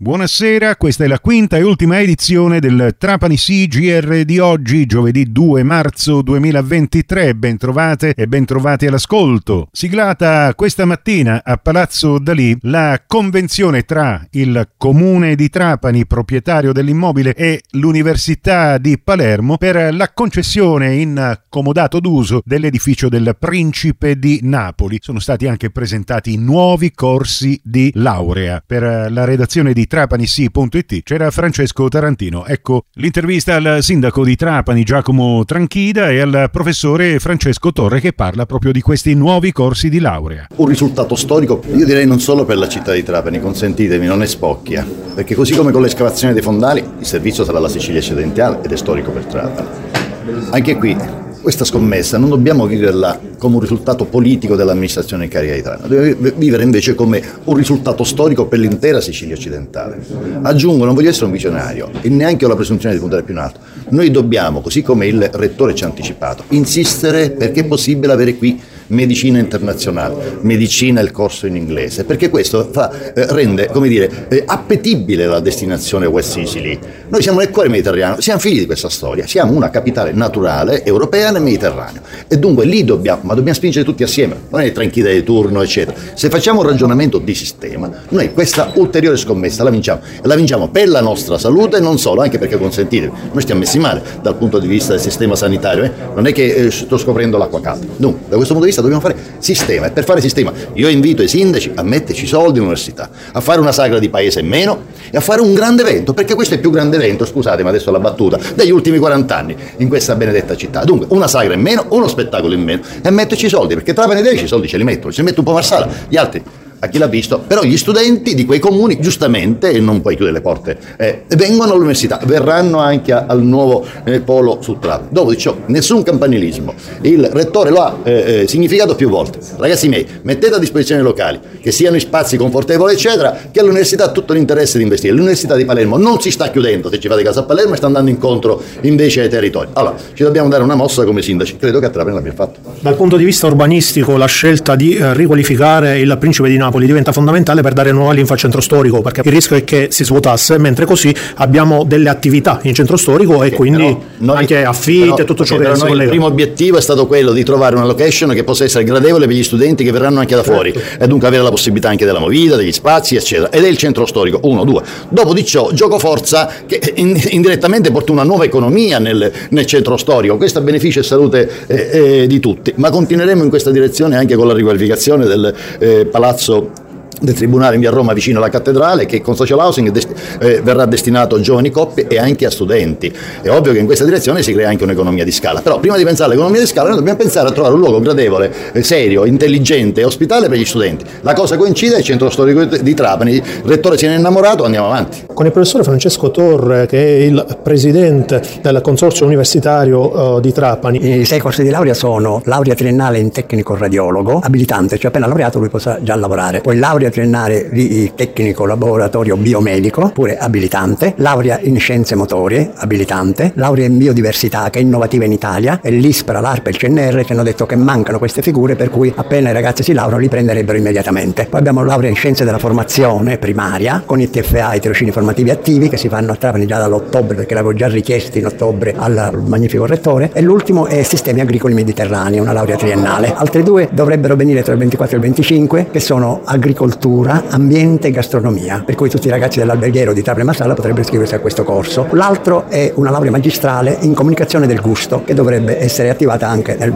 Buonasera, questa è la quinta e ultima edizione del Trapani CGR di oggi, giovedì 2 marzo 2023. Bentrovate e bentrovati all'ascolto. Siglata questa mattina a Palazzo Dalì la convenzione tra il Comune di Trapani, proprietario dell'immobile, e l'Università di Palermo per la concessione in comodato d'uso dell'edificio del Principe di Napoli. Sono stati anche presentati nuovi corsi di laurea. Per la redazione di TrapaniSì.it c'era Francesco Tarantino. Ecco l'intervista al sindaco di Trapani Giacomo Tranchida e al professore Francesco Torre, che parla proprio di questi nuovi corsi di laurea. Un risultato storico, io direi non solo per la città di Trapani, consentitemi, non è spocchia, perché così come con l'escavazione dei fondali il servizio sarà la Sicilia occidentale ed è storico per Trapani. Anche qui questa scommessa non dobbiamo viverla come un risultato politico dell'amministrazione in carica di Trapani, dobbiamo vivere invece come un risultato storico per l'intera Sicilia occidentale. Aggiungo, non voglio essere un visionario e neanche ho la presunzione di puntare più in alto. Noi dobbiamo, così come il rettore ci ha anticipato, insistere perché è possibile avere qui medicina internazionale, medicina il corso in inglese, perché questo rende, come dire, appetibile la destinazione West Sicily. Noi siamo nel cuore mediterraneo, siamo figli di questa storia, siamo una capitale naturale europea nel Mediterraneo e dunque lì dobbiamo spingere tutti assieme, non è Tranchida di turno eccetera. Se facciamo un ragionamento di sistema, noi questa ulteriore scommessa la vinciamo, e la vinciamo per la nostra salute e non solo, anche perché consentitemi, noi stiamo messi male dal punto di vista del sistema sanitario, non è che sto scoprendo l'acqua calda. Dunque, da questo punto di vista dobbiamo fare sistema, e per fare sistema io invito i sindaci a metterci soldi in università, a fare una sagra di paese in meno e a fare un grande evento, perché questo è il più grande evento, scusatemi adesso la battuta, degli ultimi 40 anni in questa benedetta città. Dunque una sagra in meno, uno spettacolo in meno e metterci i soldi, perché Trapani dei soldi ce li mettono, ci mette un po' Marsala, gli altri a chi l'ha visto, però gli studenti di quei comuni, giustamente, e non puoi chiudere le porte, vengono all'università, verranno anche al nuovo polo su Trapani. Dopo di ciò, nessun campanilismo. Il rettore lo ha significato più volte. Ragazzi miei, mettete a disposizione i locali, che siano spazi confortevoli, eccetera, che all'università ha tutto l'interesse di investire. L'Università di Palermo non si sta chiudendo, se ci fate caso a Palermo, e sta andando incontro invece ai territori. Allora, ci dobbiamo dare una mossa come sindaci, credo che a Trapani l'abbiamo fatto. Dal punto di vista urbanistico, la scelta di riqualificare il Principe di Napoli diventa fondamentale per dare nuova linfa al centro storico, perché il rischio è che si svuotasse, mentre così abbiamo delle attività in centro storico e quindi anche affitti e tutto ciò che si collega. Il primo obiettivo è stato quello di trovare una location che possa essere gradevole per gli studenti che verranno anche da fuori, e dunque avere la possibilità anche della movida, degli spazi eccetera, ed è il centro storico, 1, 2. Dopo di ciò gioco forza che indirettamente porta una nuova economia nel centro storico, questo a beneficio e salute di tutti, ma continueremo in questa direzione anche con la riqualificazione del palazzo del Tribunale in via Roma vicino alla cattedrale, che con social housing verrà destinato a giovani coppie e anche a studenti. È ovvio che in questa direzione si crea anche un'economia di scala, però prima di pensare all'economia di scala noi dobbiamo pensare a trovare un luogo gradevole, serio, intelligente e ospitale per gli studenti. La cosa coincide, il centro storico di Trapani, il rettore se ne è innamorato, andiamo avanti. Con il professore Francesco Torre, che è il presidente del consorzio universitario di Trapani. I 6 corsi di laurea sono laurea triennale in tecnico radiologo, abilitante, cioè appena laureato lui possa già lavorare, poi laurea triennale di tecnico laboratorio biomedico, pure abilitante, laurea in scienze motorie, abilitante, laurea in biodiversità, che è innovativa in Italia, e l'ISPRA, l'ARPA e il CNR ci hanno detto che mancano queste figure, per cui appena i ragazzi si laureano li prenderebbero immediatamente. Poi abbiamo laurea in scienze della formazione primaria, con i TFA, i tirocini formativi attivi, che si fanno a Trapani già dall'ottobre, perché l'avevo già richiesto in ottobre al magnifico rettore, e l'ultimo è sistemi agricoli mediterranei, una laurea triennale. Altre 2 dovrebbero venire tra il 24 e il 25, che sono agricoltura, ambiente e gastronomia, per cui tutti i ragazzi dell'alberghiero di Trapani Marsala potrebbero iscriversi a questo corso. L'altro è una laurea magistrale in comunicazione del gusto, che dovrebbe essere attivata anche nel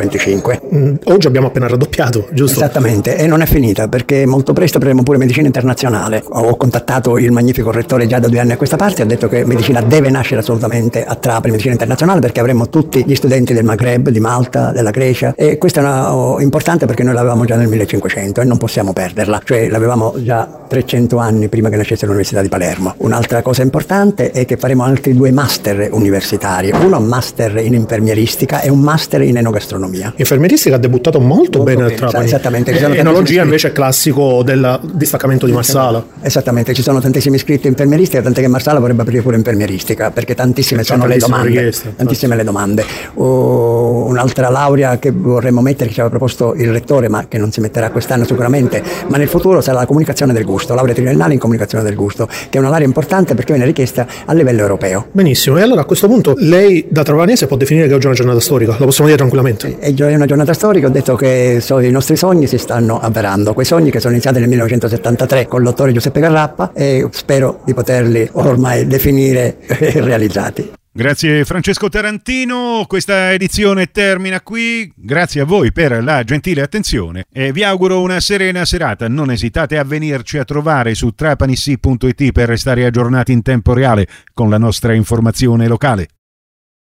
24-25. Oggi abbiamo appena raddoppiato, giusto? Esattamente, e non è finita, perché molto presto avremo pure medicina internazionale. Ho contattato il magnifico rettore già da 2 anni a questa parte, ha detto che medicina deve nascere assolutamente a Trapani, medicina internazionale, perché avremo tutti gli studenti del Maghreb, di Malta, della Grecia, e questa è importante perché noi l'avevamo già nel 1500 e non possiamo perderla, cioè l'avevamo già 300 anni prima che nascesse l'Università di Palermo. Un'altra cosa importante è che faremo altri 2 master universitari, uno master in infermieristica e un master in enogastronomia. Infermieristica ha debuttato molto bene a Trapani. Esattamente. Enologia invece è classico del distaccamento di Marsala. Esattamente, ci sono tantissimi iscritti in infermieristica, tant'è che Marsala vorrebbe aprire pure infermieristica, perché tantissime sono le domande. Tantissime le domande. Un'altra laurea che vorremmo mettere, che ci aveva proposto il rettore, ma che non si metterà quest'anno sicuramente, ma nel futuro sarà la comunicazione del gusto, laurea triennale in comunicazione del gusto, che è un'area importante perché viene richiesta a livello europeo. Benissimo, e allora a questo punto lei da trapanese può definire che oggi è una giornata storica, lo possiamo dire tranquillamente? È una giornata storica, ho detto che i nostri sogni si stanno avverando, quei sogni che sono iniziati nel 1973 con l'autore Giuseppe Garrappa, e spero di poterli ormai definire realizzati. Grazie Francesco Tarantino, questa edizione termina qui, grazie a voi per la gentile attenzione e vi auguro una serena serata. Non esitate a venirci a trovare su trapanissi.it per restare aggiornati in tempo reale con la nostra informazione locale.